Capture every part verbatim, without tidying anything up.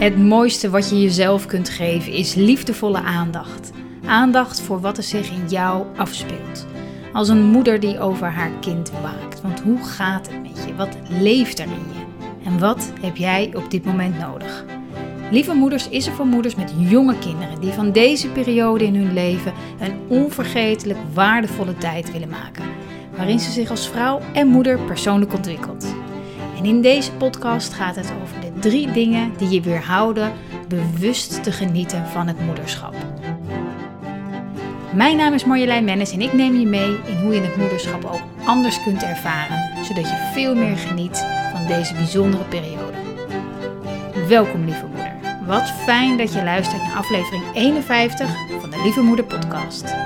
Het mooiste wat je jezelf kunt geven is liefdevolle aandacht. Aandacht voor wat er zich in jou afspeelt. Als een moeder die over haar kind waakt. Want hoe gaat het met je? Wat leeft er in je? En wat heb jij op dit moment nodig? Lieve Moeders is er voor moeders met jonge kinderen die van deze periode in hun leven een onvergetelijk waardevolle tijd willen maken. Waarin ze zich als vrouw en moeder persoonlijk ontwikkelt. En in deze podcast gaat het over de drie dingen die je weerhouden bewust te genieten van het moederschap. Mijn naam is Marjolein Mennis en ik neem je mee in hoe je het moederschap ook anders kunt ervaren, zodat je veel meer geniet van deze bijzondere periode. Welkom lieve moeder. Wat fijn dat je luistert naar aflevering eenenvijftig van de Lieve Moeder podcast.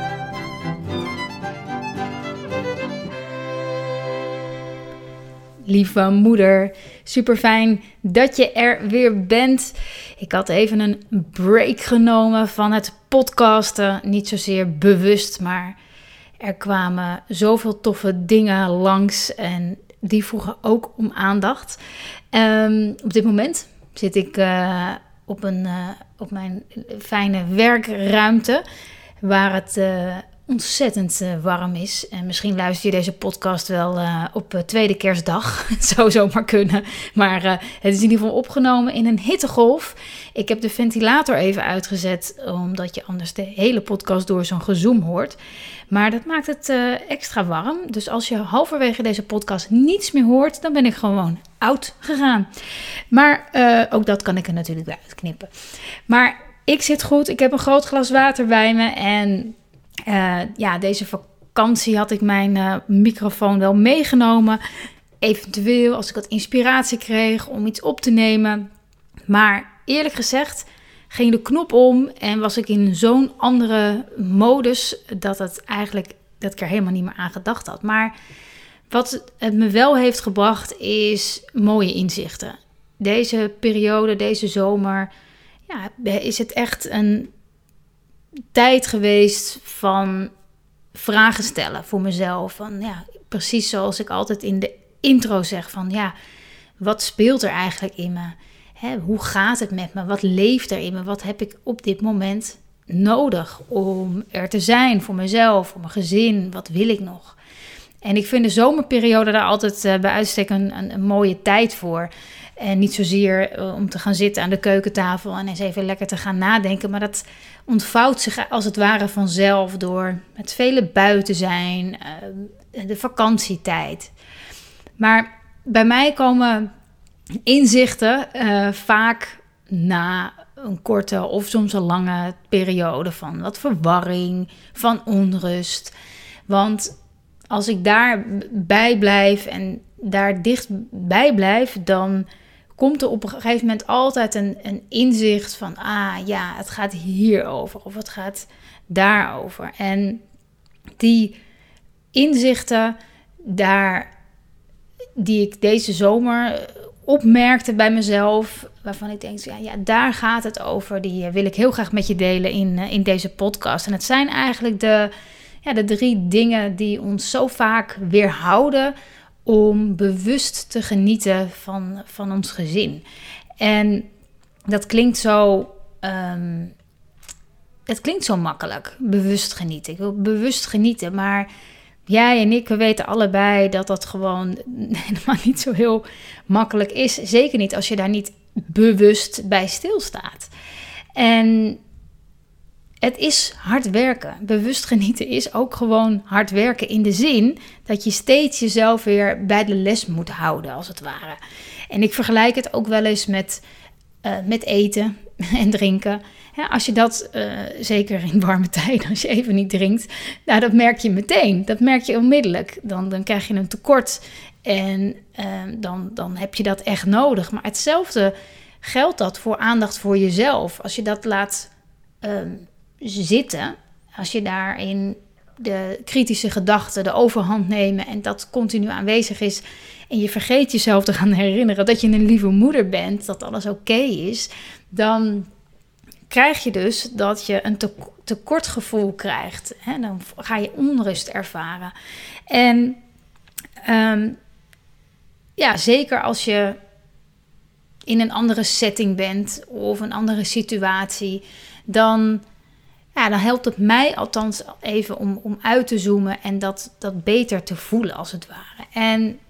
Lieve moeder, super fijn dat je er weer bent. Ik had even een break genomen van het podcasten. Niet zozeer bewust, maar er kwamen zoveel toffe dingen langs en die vroegen ook om aandacht. Um, op dit moment zit ik uh, op, een, uh, op mijn fijne werkruimte waar het uh, ontzettend uh, warm is. En misschien luister je deze podcast wel uh, op uh, tweede kerstdag. Het zou zomaar kunnen. Maar uh, het is in ieder geval opgenomen in een hittegolf. Ik heb de ventilator even uitgezet, omdat je anders de hele podcast door zo'n gezoem hoort. Maar dat maakt het uh, extra warm. Dus als je halverwege deze podcast niets meer hoort, dan ben ik gewoon oud gegaan. Maar uh, ook dat kan ik er natuurlijk weer uitknippen. Maar ik zit goed. Ik heb een groot glas water bij me en Uh, ja, deze vakantie had ik mijn uh, microfoon wel meegenomen. Eventueel als ik wat inspiratie kreeg om iets op te nemen. Maar eerlijk gezegd ging de knop om en was ik in zo'n andere modus dat het eigenlijk dat ik er helemaal niet meer aan gedacht had. Maar wat het me wel heeft gebracht is mooie inzichten. Deze periode, deze zomer, ja, is het echt een tijd geweest van vragen stellen voor mezelf. Van, ja, precies zoals ik altijd in de intro zeg van ja, wat speelt er eigenlijk in me? Hè, hoe gaat het met me? Wat leeft er in me? Wat heb ik op dit moment nodig om er te zijn voor mezelf, voor mijn gezin? Wat wil ik nog? En ik vind de zomerperiode daar altijd uh, bij uitstek een, een, een mooie tijd voor. En niet zozeer uh, om te gaan zitten aan de keukentafel en eens even lekker te gaan nadenken. Maar dat ontvouwt zich als het ware vanzelf door met vele buiten zijn, uh, de vakantietijd. Maar bij mij komen inzichten uh, vaak na een korte of soms een lange periode van wat verwarring, van onrust. Want als ik daarbij blijf en daar dichtbij blijf, dan komt er op een gegeven moment altijd een, een inzicht van, ah ja, het gaat hierover of het gaat daarover. En die inzichten daar, die ik deze zomer opmerkte bij mezelf, waarvan ik denk, ja, ja daar gaat het over, die wil ik heel graag met je delen in, in deze podcast. En het zijn eigenlijk de, ja, de drie dingen die ons zo vaak weerhouden om bewust te genieten van, van ons gezin. En dat klinkt zo, um, het klinkt zo makkelijk, bewust genieten. Ik wil bewust genieten, maar jij en ik, we weten allebei dat dat gewoon helemaal niet zo heel makkelijk is. Zeker niet als je daar niet bewust bij stilstaat. En het is hard werken. Bewust genieten is ook gewoon hard werken in de zin dat je steeds jezelf weer bij de les moet houden, als het ware. En ik vergelijk het ook wel eens met, uh, met eten en drinken. Ja, als je dat, uh, zeker in warme tijden, als je even niet drinkt, nou, dat merk je meteen. Dat merk je onmiddellijk. Dan, dan krijg je een tekort en uh, dan, dan heb je dat echt nodig. Maar hetzelfde geldt dat voor aandacht voor jezelf. Als je dat laat Uh, zitten, als je daarin de kritische gedachten de overhand nemen en dat continu aanwezig is en je vergeet jezelf te gaan herinneren dat je een lieve moeder bent, dat alles oké is, dan krijg je dus dat je een te- tekortgevoel krijgt. Hè? Dan ga je onrust ervaren. En um, ja, zeker als je in een andere setting bent of een andere situatie, dan, ja, dan helpt het mij althans even om, om uit te zoomen en dat, dat beter te voelen als het ware. En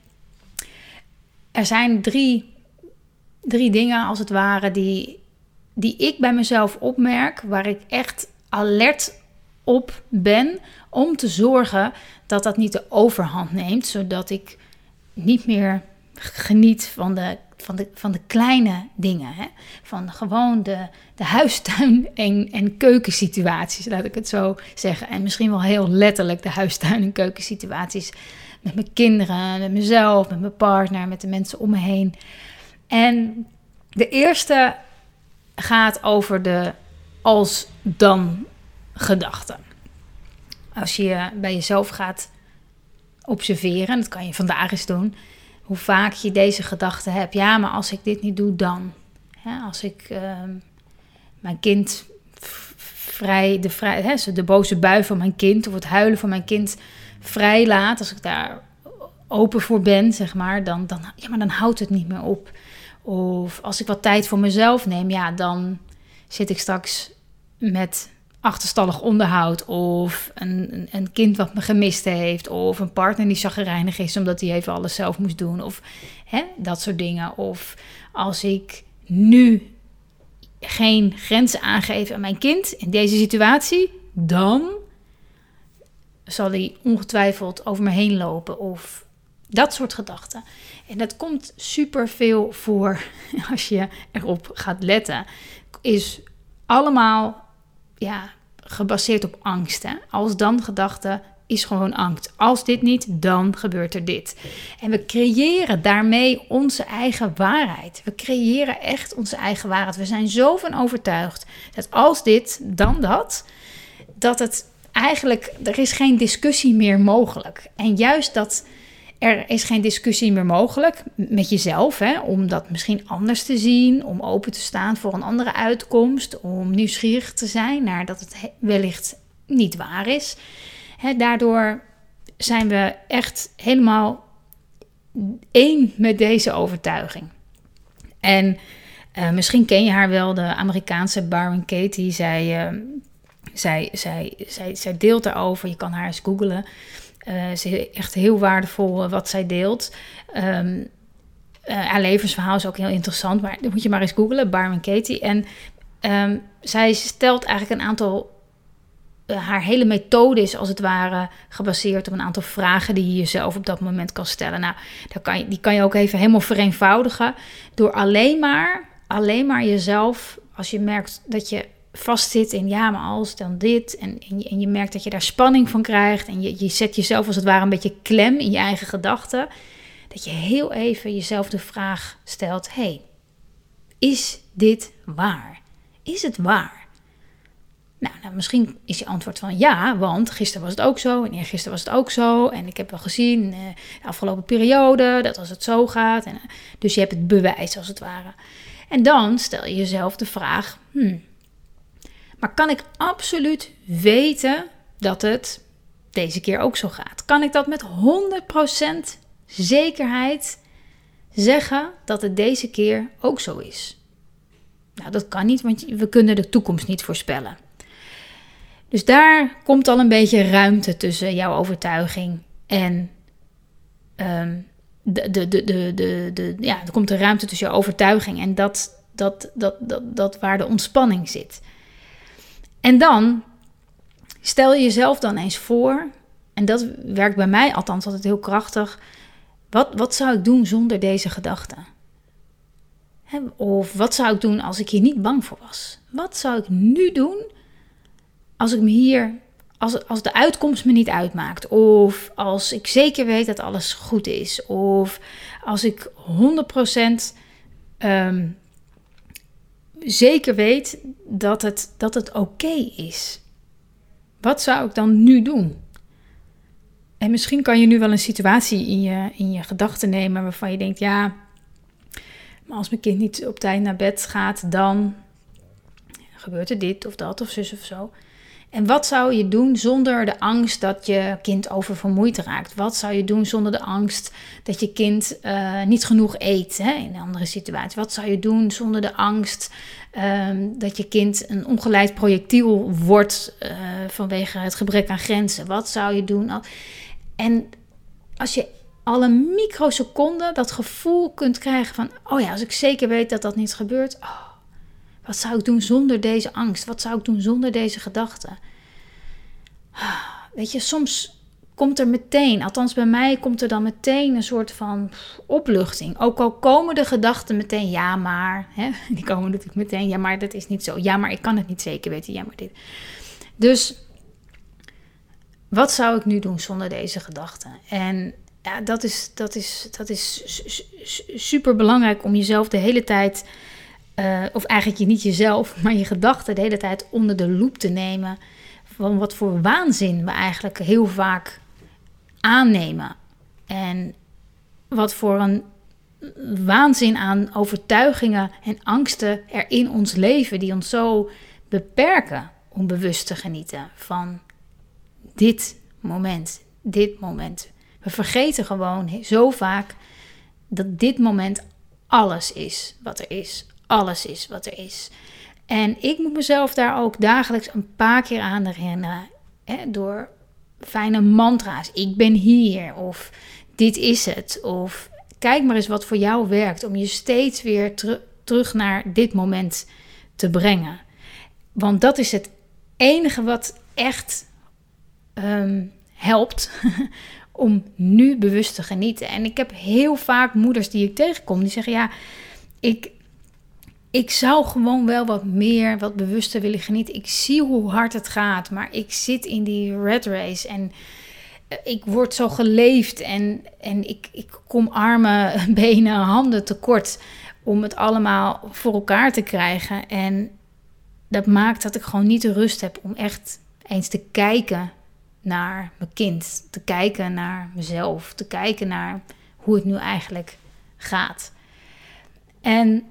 er zijn drie, drie dingen als het ware die, die ik bij mezelf opmerk, waar ik echt alert op ben om te zorgen dat dat niet de overhand neemt, zodat ik niet meer geniet van de, van de, van de kleine dingen. Hè? Van gewoon de, de huistuin- en, en keukensituaties, laat ik het zo zeggen. En misschien wel heel letterlijk de huistuin- en keukensituaties met mijn kinderen, met mezelf, met mijn partner, met de mensen om me heen. En de eerste gaat over de als-dan gedachten. Als je bij jezelf gaat observeren, dat kan je vandaag eens doen, hoe vaak je deze gedachten hebt. Ja, maar als ik dit niet doe, dan. Ja, als ik uh, mijn kind vrij, de, vrij hè, de boze bui van mijn kind of het huilen van mijn kind vrij laat, als ik daar open voor ben, zeg maar, dan, dan, ja, maar dan houdt het niet meer op. Of als ik wat tijd voor mezelf neem, ja, dan zit ik straks met achterstallig onderhoud of een, een, een kind wat me gemist heeft of een partner die chagrijnig is omdat hij even alles zelf moest doen of hè, dat soort dingen. Of als ik nu geen grenzen aangeef aan mijn kind in deze situatie, dan zal hij ongetwijfeld over me heen lopen of dat soort gedachten. En dat komt super veel voor als je erop gaat letten. Is allemaal ja, gebaseerd op angst. Hè? Als dan gedachte is gewoon angst. Als dit niet, dan gebeurt er dit. En we creëren daarmee onze eigen waarheid. We creëren echt onze eigen waarheid. We zijn zo van overtuigd dat als dit, dan dat. Dat het eigenlijk, er is geen discussie meer mogelijk. En juist dat er is geen discussie meer mogelijk met jezelf, hè, om dat misschien anders te zien, om open te staan voor een andere uitkomst, om nieuwsgierig te zijn naar dat het wellicht niet waar is. Hè, daardoor zijn we echt helemaal één met deze overtuiging. En uh, misschien ken je haar wel, de Amerikaanse Byron Katie. Zij, uh, zij, zij, zij, zij deelt daarover, je kan haar eens googlen. Uh, ze is echt heel waardevol uh, wat zij deelt. Um, uh, haar levensverhaal is ook heel interessant, maar dat moet je maar eens googlen, Byron Katie. En um, zij stelt eigenlijk een aantal, uh, haar hele methode is als het ware gebaseerd op een aantal vragen die je jezelf op dat moment kan stellen. Nou, daar kan je, die kan je ook even helemaal vereenvoudigen door alleen maar, alleen maar jezelf, als je merkt dat je vastzit in ja, maar als dan dit. En, en, je, en je merkt dat je daar spanning van krijgt. En je, je zet jezelf als het ware een beetje klem in je eigen gedachten. Dat je heel even jezelf de vraag stelt. Hey, is dit waar? Is het waar? Nou, nou, misschien is je antwoord van ja, want gisteren was het ook zo. En eergisteren was het ook zo. En ik heb wel gezien uh, de afgelopen periode dat als het zo gaat. En, uh, dus je hebt het bewijs als het ware. En dan stel je jezelf de vraag, hmm, maar kan ik absoluut weten dat het deze keer ook zo gaat? Kan ik dat met honderd procent zekerheid zeggen dat het deze keer ook zo is? Nou, dat kan niet, want we kunnen de toekomst niet voorspellen. Dus daar komt al een beetje ruimte tussen jouw overtuiging en um, de, de, de, de, de, de, ja, er komt een ruimte tussen jouw overtuiging en dat, dat, dat, dat, dat waar de ontspanning zit. En dan stel je jezelf dan eens voor, en dat werkt bij mij althans altijd heel krachtig, wat, wat zou ik doen zonder deze gedachten? Hè, of wat zou ik doen als ik hier niet bang voor was? Wat zou ik nu doen als ik me hier, als, als de uitkomst me niet uitmaakt? Of als ik zeker weet dat alles goed is? Of als ik honderd procent um, zeker weet dat het, dat het oké is. Wat zou ik dan nu doen? En misschien kan je nu wel een situatie in je, in je gedachten nemen waarvan je denkt, ja, maar als mijn kind niet op tijd naar bed gaat, dan gebeurt er dit of dat of zus of zo. En wat zou je doen zonder de angst dat je kind oververmoeid raakt? Wat zou je doen zonder de angst dat je kind uh, niet genoeg eet, hè, in een andere situatie? Wat zou je doen zonder de angst um, dat je kind een ongeleid projectiel wordt uh, vanwege het gebrek aan grenzen? Wat zou je doen? En als je al een microseconde dat gevoel kunt krijgen van, oh ja, als ik zeker weet dat dat niet gebeurt, oh, wat zou ik doen zonder deze angst? Wat zou ik doen zonder deze gedachten? Weet je, soms komt er meteen, althans bij mij komt er dan meteen een soort van opluchting. Ook al komen de gedachten meteen, ja maar, hè? Die komen natuurlijk meteen, ja maar dat is niet zo. Ja maar ik kan het niet zeker weten, ja maar dit. Dus wat zou ik nu doen zonder deze gedachten? En ja, dat is, dat is, dat is super belangrijk om jezelf de hele tijd, uh, of eigenlijk je niet jezelf, maar je gedachten de hele tijd onder de loep te nemen. Van wat voor waanzin we eigenlijk heel vaak aannemen. En wat voor een waanzin aan overtuigingen en angsten er in ons leven, die ons zo beperken om bewust te genieten van dit moment, dit moment. We vergeten gewoon zo vaak dat dit moment alles is wat er is. Alles is wat er is. En ik moet mezelf daar ook dagelijks een paar keer aan herinneren. Hè, door fijne mantra's. Ik ben hier. Of dit is het. Of kijk maar eens wat voor jou werkt. Om je steeds weer ter- terug naar dit moment te brengen. Want dat is het enige wat echt um, helpt om nu bewust te genieten. En ik heb heel vaak moeders die ik tegenkom. Die zeggen, ja, ik... Ik zou gewoon wel wat meer, wat bewuster willen genieten. Ik zie hoe hard het gaat, maar ik zit in die rat race en ik word zo geleefd en, en ik, ik kom armen, benen, handen tekort om het allemaal voor elkaar te krijgen. En dat maakt dat ik gewoon niet de rust heb om echt eens te kijken naar mijn kind. Te kijken naar mezelf, te kijken naar hoe het nu eigenlijk gaat. En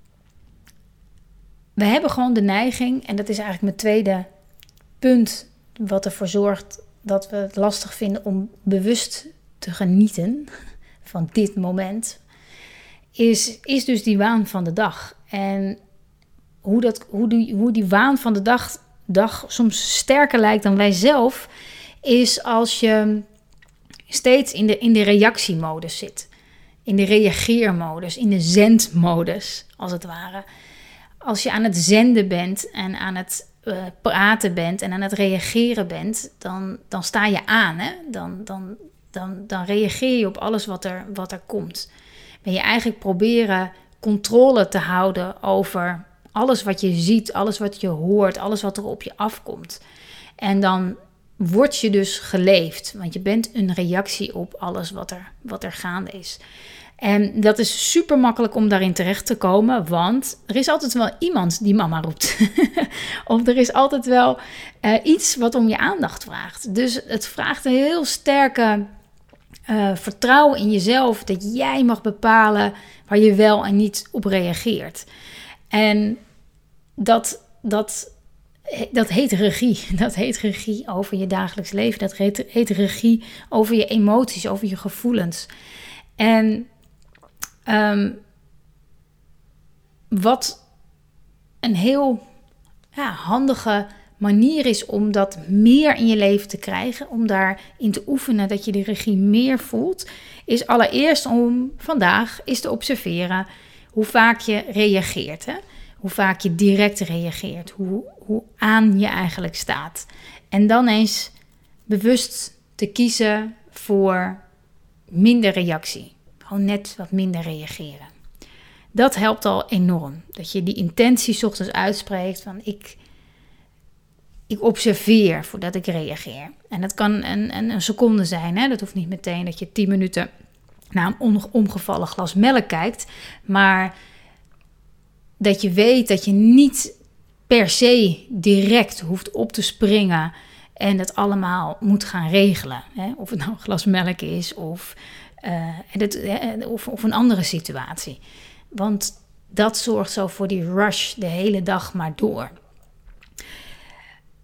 we hebben gewoon de neiging, en dat is eigenlijk mijn tweede punt, wat ervoor zorgt dat we het lastig vinden om bewust te genieten van dit moment, is, is dus die waan van de dag. En hoe, dat, hoe, die, hoe die waan van de dag, dag soms sterker lijkt dan wij zelf, is als je steeds in de, in de reactiemodus zit. In de reageermodus, in de zendmodus, als het ware. Als je aan het zenden bent en aan het uh, praten bent en aan het reageren bent, dan, dan sta je aan. Hè? Dan, dan, dan, dan reageer je op alles wat er, wat er komt. Ben je eigenlijk proberen controle te houden over alles wat je ziet, alles wat je hoort, alles wat er op je afkomt. En dan word je dus geleefd, want je bent een reactie op alles wat er, wat er gaande is. En dat is super makkelijk om daarin terecht te komen, want er is altijd wel iemand die mama roept. Of er is altijd wel uh, iets wat om je aandacht vraagt. Dus het vraagt een heel sterke uh, vertrouwen in jezelf, dat jij mag bepalen waar je wel en niet op reageert. En dat, dat, dat heet regie. Dat heet regie over je dagelijks leven. Dat heet, heet regie over je emoties, over je gevoelens. En Um, wat een heel ja, handige manier is om dat meer in je leven te krijgen, om daarin te oefenen dat je die regie meer voelt, is allereerst om vandaag eens te observeren hoe vaak je reageert. Hè? Hoe vaak je direct reageert, hoe, hoe aan je eigenlijk staat. En dan eens bewust te kiezen voor minder reactie. Gewoon net wat minder reageren. Dat helpt al enorm. Dat je die intentie 's ochtends uitspreekt van ik, ik observeer voordat ik reageer. En dat kan een, een, een seconde zijn. Hè? Dat hoeft niet meteen dat je tien minuten naar een omgevallen glas melk kijkt. Maar dat je weet dat je niet per se direct hoeft op te springen en het allemaal moet gaan regelen. Hè? Of het nou een glas melk is of... Uh, dit, uh, of, of een andere situatie. Want dat zorgt zo voor die rush de hele dag maar door.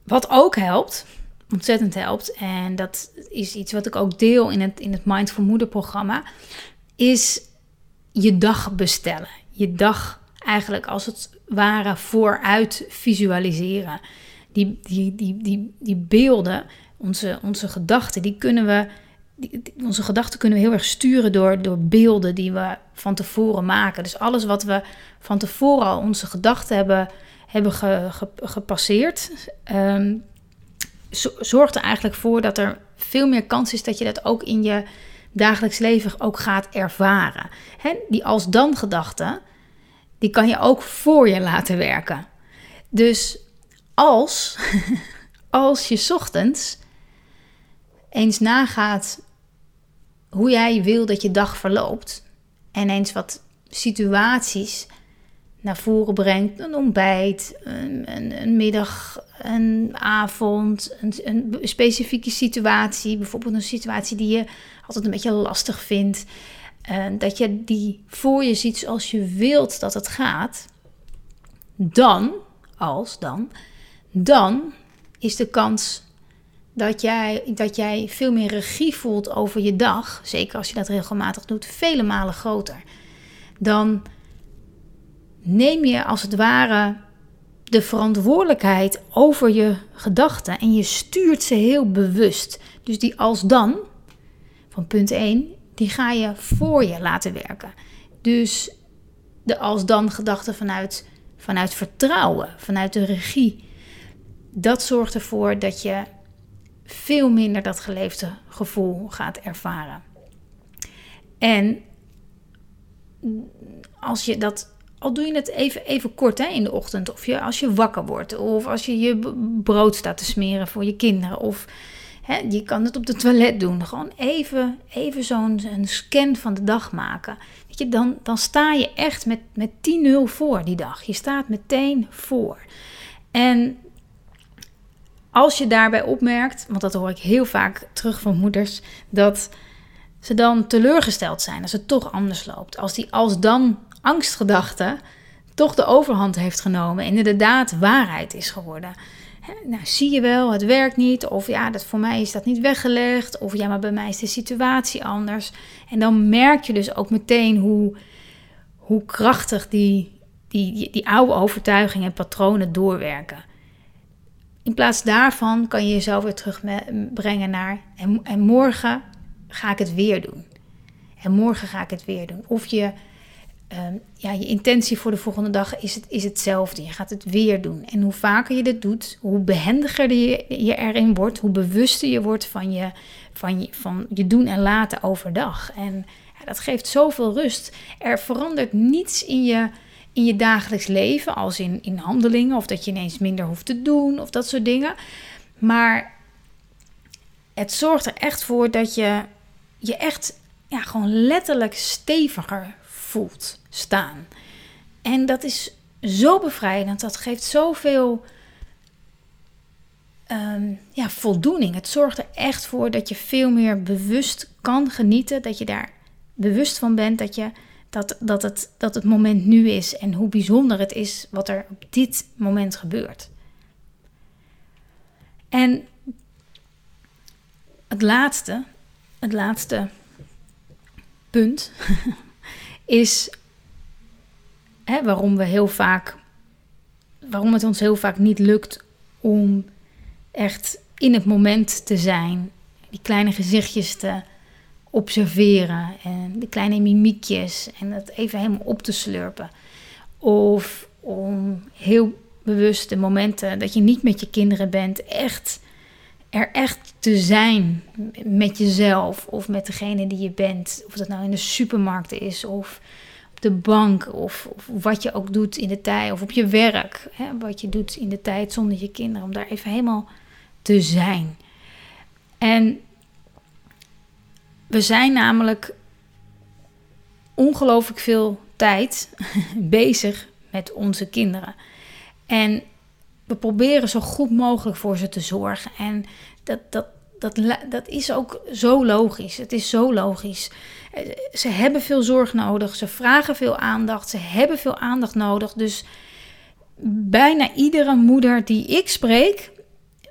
Wat ook helpt, ontzettend helpt, en dat is iets wat ik ook deel in het, in het Mindful Moeder programma, is je dag bestellen. Je dag eigenlijk als het ware vooruit visualiseren. Die, die, die, die, die beelden, onze, onze gedachten, die kunnen we, die, onze gedachten kunnen we heel erg sturen door, door beelden die we van tevoren maken. Dus alles wat we van tevoren al onze gedachten hebben, hebben ge, ge, gepasseerd, um, zorgt er eigenlijk voor dat er veel meer kans is dat je dat ook in je dagelijks leven ook gaat ervaren. He, die als-dan gedachten, die kan je ook voor je laten werken. Dus als, als je 's ochtends eens nagaat hoe jij wil dat je dag verloopt, en eens wat situaties naar voren brengt, een ontbijt, een, een, een middag, een avond, een, een specifieke situatie, bijvoorbeeld een situatie die je altijd een beetje lastig vindt, uh, dat je die voor je ziet zoals je wilt dat het gaat, dan, als dan, dan is de kans dat jij, dat jij veel meer regie voelt over je dag, zeker als je dat regelmatig doet, vele malen groter. Dan neem je als het ware de verantwoordelijkheid over je gedachten en je stuurt ze heel bewust. Dus die als dan, van punt één, die ga je voor je laten werken. Dus de als dan gedachte vanuit, vanuit vertrouwen, vanuit de regie, dat zorgt ervoor dat je veel minder dat geleefde gevoel gaat ervaren. En als je dat, al doe je het even, even kort hè, in de ochtend, of je, als je wakker wordt, of als je je brood staat te smeren voor je kinderen, of hè, je kan het op de toilet doen. Gewoon even, even zo'n een scan van de dag maken. Weet je, dan, dan sta je echt met, met tien nul voor die dag. Je staat meteen voor. En als je daarbij opmerkt, want dat hoor ik heel vaak terug van moeders, dat ze dan teleurgesteld zijn als het toch anders loopt. Als die als dan angstgedachte toch de overhand heeft genomen en inderdaad waarheid is geworden. He, nou, zie je wel, het werkt niet. Of ja, dat, voor mij is dat niet weggelegd. Of ja, maar bij mij is de situatie anders. En dan merk je dus ook meteen hoe, hoe krachtig die, die, die, die oude overtuigingen en patronen doorwerken. In plaats daarvan kan je jezelf weer terugbrengen naar en, en morgen ga ik het weer doen. En morgen ga ik het weer doen. Of je, um, ja, je intentie voor de volgende dag is, het, is hetzelfde. Je gaat het weer doen. En hoe vaker je dit doet, hoe behendiger je, je erin wordt, hoe bewuster je wordt van je, van, je, van je doen en laten overdag. En ja, dat geeft zoveel rust. Er verandert niets in je, in je dagelijks leven, als in, in handelingen, of dat je ineens minder hoeft te doen, of dat soort dingen. Maar het zorgt er echt voor dat je je echt ja, gewoon letterlijk steviger voelt staan. En dat is zo bevrijdend. Dat geeft zoveel um, ja, voldoening. Het zorgt er echt voor dat je veel meer bewust kan genieten. Dat je daar bewust van bent dat, je, dat, dat, het, dat het moment nu is. En hoe bijzonder het is wat er op dit moment gebeurt. En het laatste, het laatste punt is hè, waarom we heel vaak, waarom het ons heel vaak niet lukt om echt in het moment te zijn, die kleine gezichtjes te observeren en de kleine mimiekjes en het even helemaal op te slurpen, of om heel bewust de momenten dat je niet met je kinderen bent, echt er echt te zijn met jezelf of met degene die je bent. Of dat nou in de supermarkt is of op de bank of, of wat je ook doet in de tijd. Of op je werk, hè, wat je doet in de tijd zonder je kinderen. Om daar even helemaal te zijn. En we zijn namelijk ongelooflijk veel tijd bezig met onze kinderen. En we proberen zo goed mogelijk voor ze te zorgen. En dat, dat, dat, dat is ook zo logisch. Het is zo logisch. Ze hebben veel zorg nodig. Ze vragen veel aandacht. Ze hebben veel aandacht nodig. Dus bijna iedere moeder die ik spreek,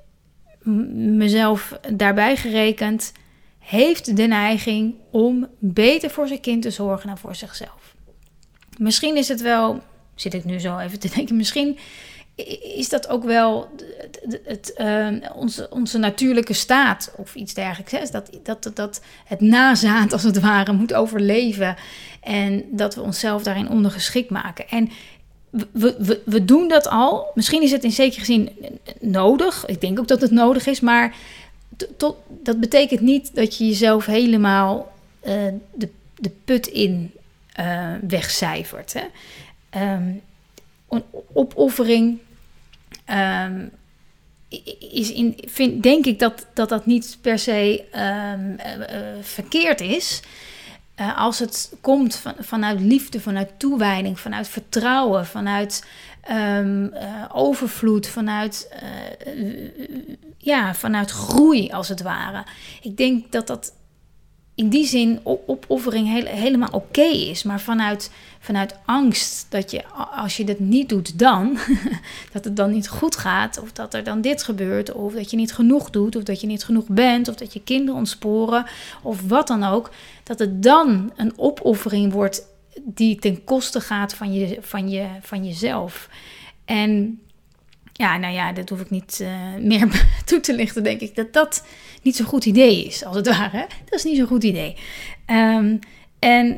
m- mezelf daarbij gerekend, heeft de neiging om beter voor zijn kind te zorgen dan voor zichzelf. Misschien is het wel, zit ik nu zo even te denken, misschien is dat ook wel het, het, het, uh, onze, onze natuurlijke staat of iets dergelijks. Hè? Dat, dat, dat het nazaad als het ware moet overleven en dat we onszelf daarin ondergeschikt maken. En we, we, we doen dat al. Misschien is het in zekere zin nodig. Ik denk ook dat het nodig is, maar tot, dat betekent niet dat je jezelf helemaal uh, de, de put in uh, wegcijfert. Hè? Um, opoffering um, is in, vind, denk ik dat, dat dat niet per se um, uh, uh, verkeerd is. Uh, als het komt van, vanuit liefde, vanuit toewijding, vanuit vertrouwen, vanuit um, uh, overvloed, vanuit, uh, uh, ja, vanuit groei als het ware. Ik denk dat dat in die zin opoffering heel, helemaal oké okay is. Maar vanuit, vanuit angst dat je, als je dat niet doet dan, dat het dan niet goed gaat. Of dat er dan dit gebeurt. Of dat je niet genoeg doet. Of dat je niet genoeg bent. Of dat je kinderen ontsporen. Of wat dan ook. Dat het dan een opoffering wordt die ten koste gaat van, je, van, je, van jezelf. En ja, nou ja, dat hoef ik niet uh, meer toe te lichten, denk ik. Dat dat niet zo'n goed idee is, als het ware. Hè? Dat is niet zo'n goed idee. Um, en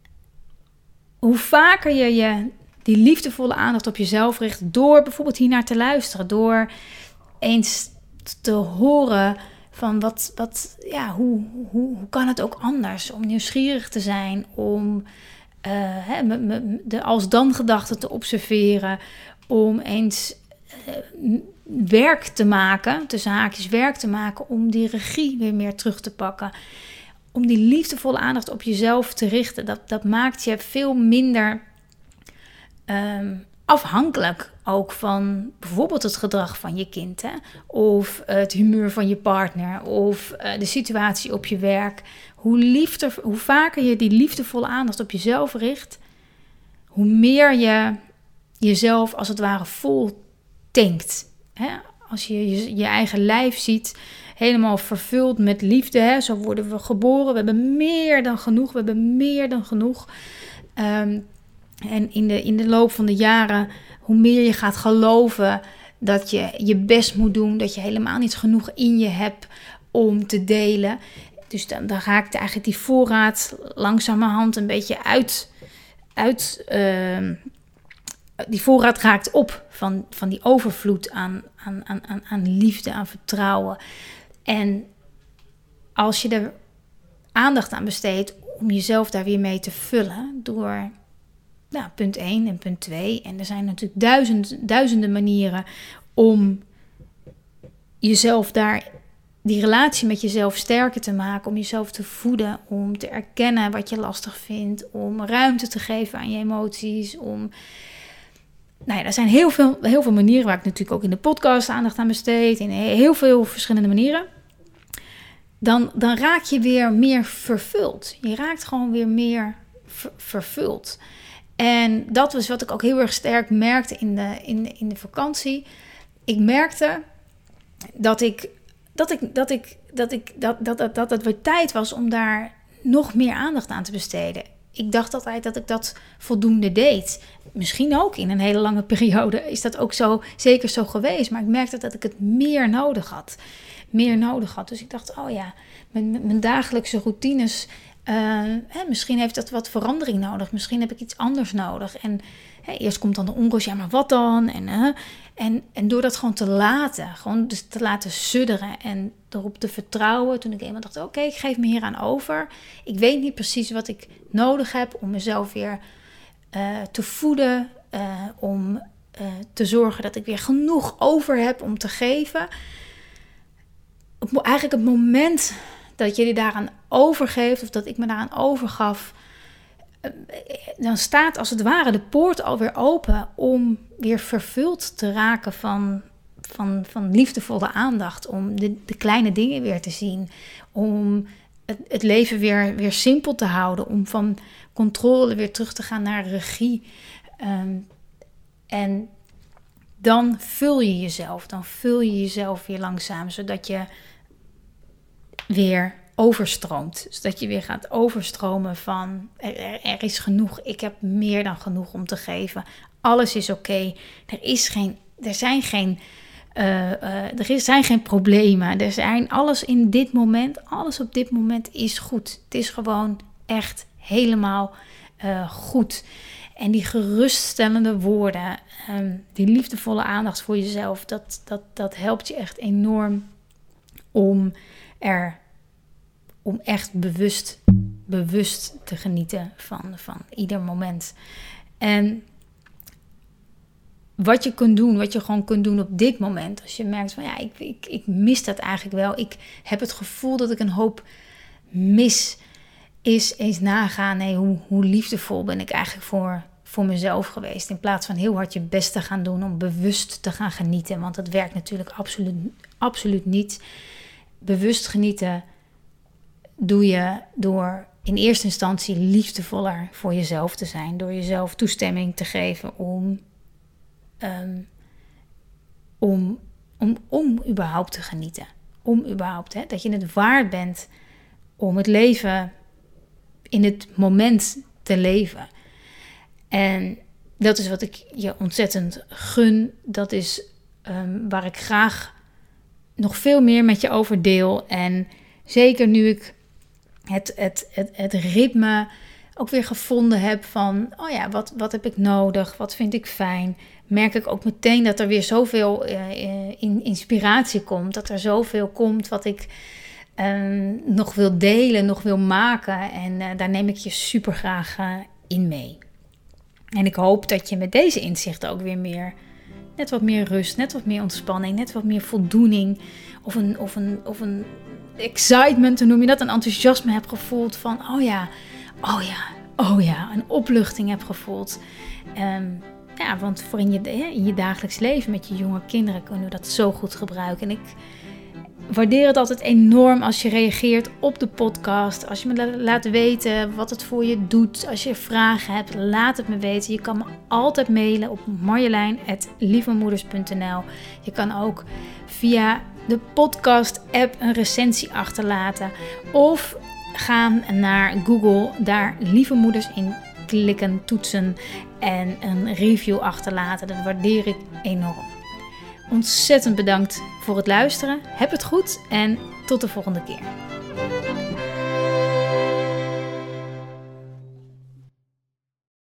hoe vaker je, je die liefdevolle aandacht op jezelf richt, door bijvoorbeeld hiernaar te luisteren, door eens te horen van wat, wat ja, hoe, hoe, hoe kan het ook anders? Om nieuwsgierig te zijn, om uh, hè, me, me, de als-dan gedachten te observeren, om eens uh, werk te maken, tussen haakjes werk te maken, om die regie weer meer terug te pakken. Om die liefdevolle aandacht op jezelf te richten, dat, dat maakt je veel minder um, afhankelijk ook van bijvoorbeeld het gedrag van je kind, hè? Of het humeur van je partner, of uh, de situatie op je werk. Hoe, liefde, hoe vaker je die liefdevolle aandacht op jezelf richt, hoe meer je jezelf als het ware vol tankt. Hè? Als je, je je eigen lijf ziet, helemaal vervuld met liefde. Hè? Zo worden we geboren. We hebben meer dan genoeg. We hebben meer dan genoeg. Um, en in de, in de loop van de jaren, hoe meer je gaat geloven dat je je best moet doen, dat je helemaal niet genoeg in je hebt om te delen. Dus dan, dan raakt eigenlijk die voorraad langzamerhand een beetje uit. uit uh, die voorraad raakt op van, van die overvloed aan, aan, aan, aan liefde, aan vertrouwen. En als je er aandacht aan besteedt om jezelf daar weer mee te vullen door nou, punt één en punt twee. En er zijn natuurlijk duizend, duizenden manieren om jezelf daar, die relatie met jezelf sterker te maken, om jezelf te voeden, om te erkennen wat je lastig vindt, om ruimte te geven aan je emoties, om... Nou ja, er zijn heel veel, heel veel manieren waar ik natuurlijk ook in de podcast aandacht aan besteed, in heel veel verschillende manieren. Dan, dan raak je weer meer vervuld. Je raakt gewoon weer meer ver, vervuld. En dat was wat ik ook heel erg sterk merkte in de, in de, in de vakantie. Ik merkte dat ik dat ik dat ik dat ik dat dat dat, dat het weer tijd was om daar nog meer aandacht aan te besteden. Ik dacht altijd dat ik dat voldoende deed. Misschien ook in een hele lange periode is dat ook zo, zeker zo geweest. Maar ik merkte dat ik het meer nodig had. Meer nodig had. Dus ik dacht, oh ja, mijn, mijn dagelijkse routines... Uh, hè, misschien heeft dat wat verandering nodig. Misschien heb ik iets anders nodig. En hè, eerst komt dan de onrust. Ja, maar wat dan? En, uh, en, en door dat gewoon te laten. Gewoon dus te laten sudderen. En erop te vertrouwen. Toen ik eenmaal dacht, oké, okay, ik geef me hier aan over. Ik weet niet precies wat ik nodig heb om mezelf weer uh, te voeden. Uh, om uh, te zorgen dat ik weer genoeg over heb om te geven. Op, eigenlijk het moment dat je je daaraan overgeeft, of dat ik me daaraan overgaf, dan staat als het ware de poort alweer open om weer vervuld te raken van, van, van liefdevolle aandacht. Om de, de kleine dingen weer te zien. Om het, het leven weer, weer simpel te houden. Om van controle weer terug te gaan naar regie. Um, en dan vul je jezelf. Dan vul je jezelf weer langzaam, zodat je weer overstroomt. Zodat je weer gaat overstromen van er, er is genoeg. Ik heb meer dan genoeg om te geven. Alles is oké. Okay. Er is geen, er zijn geen, uh, uh, er is, zijn geen problemen. Er zijn alles in dit moment, alles op dit moment is goed. Het is gewoon echt helemaal uh, goed. En die geruststellende woorden, um, die liefdevolle aandacht voor jezelf, dat, dat, dat helpt je echt enorm om er, om echt bewust, bewust te genieten van, van ieder moment. En wat je kunt doen, wat je gewoon kunt doen op dit moment, als je merkt van ja, ik, ik, ik mis dat eigenlijk wel. Ik heb het gevoel dat ik een hoop mis, is eens nagaan, nee, hoe, hoe liefdevol ben ik eigenlijk voor, voor mezelf geweest. In plaats van heel hard je best te gaan doen om bewust te gaan genieten. Want dat werkt natuurlijk absoluut, absoluut niet. Bewust genieten doe je door in eerste instantie liefdevoller voor jezelf te zijn. Door jezelf toestemming te geven om, um, om, om, om überhaupt te genieten. Om überhaupt, hè, dat je het waard bent om het leven in het moment te leven. En dat is wat ik je ontzettend gun. Dat is um, waar ik graag nog veel meer met je over deel. En zeker nu ik het, het, het, het ritme ook weer gevonden heb van, oh ja, wat, wat heb ik nodig? Wat vind ik fijn? Merk ik ook meteen dat er weer zoveel uh, in, inspiratie komt. Dat er zoveel komt wat ik Um, nog wil delen, nog wil maken. En uh, daar neem ik je super graag uh, in mee. En ik hoop dat je met deze inzichten ook weer meer, net wat meer rust, net wat meer ontspanning, net wat meer voldoening of een, of een, of een excitement, hoe noem je dat, een enthousiasme hebt gevoeld van, oh ja, oh ja, oh ja, een opluchting hebt gevoeld. Um, ja, want voor in je, in je dagelijks leven met je jonge kinderen kunnen we dat zo goed gebruiken. En ik waardeer het altijd enorm als je reageert op de podcast. Als je me laat weten wat het voor je doet. Als je vragen hebt, laat het me weten. Je kan me altijd mailen op marjolein at lievemoeders punt n l. Je kan ook via de podcast app een recensie achterlaten. Of gaan naar Google, daar Lieve Moeders in klikken, toetsen en een review achterlaten. Dat waardeer ik enorm. Ontzettend bedankt voor het luisteren. Heb het goed en tot de volgende keer.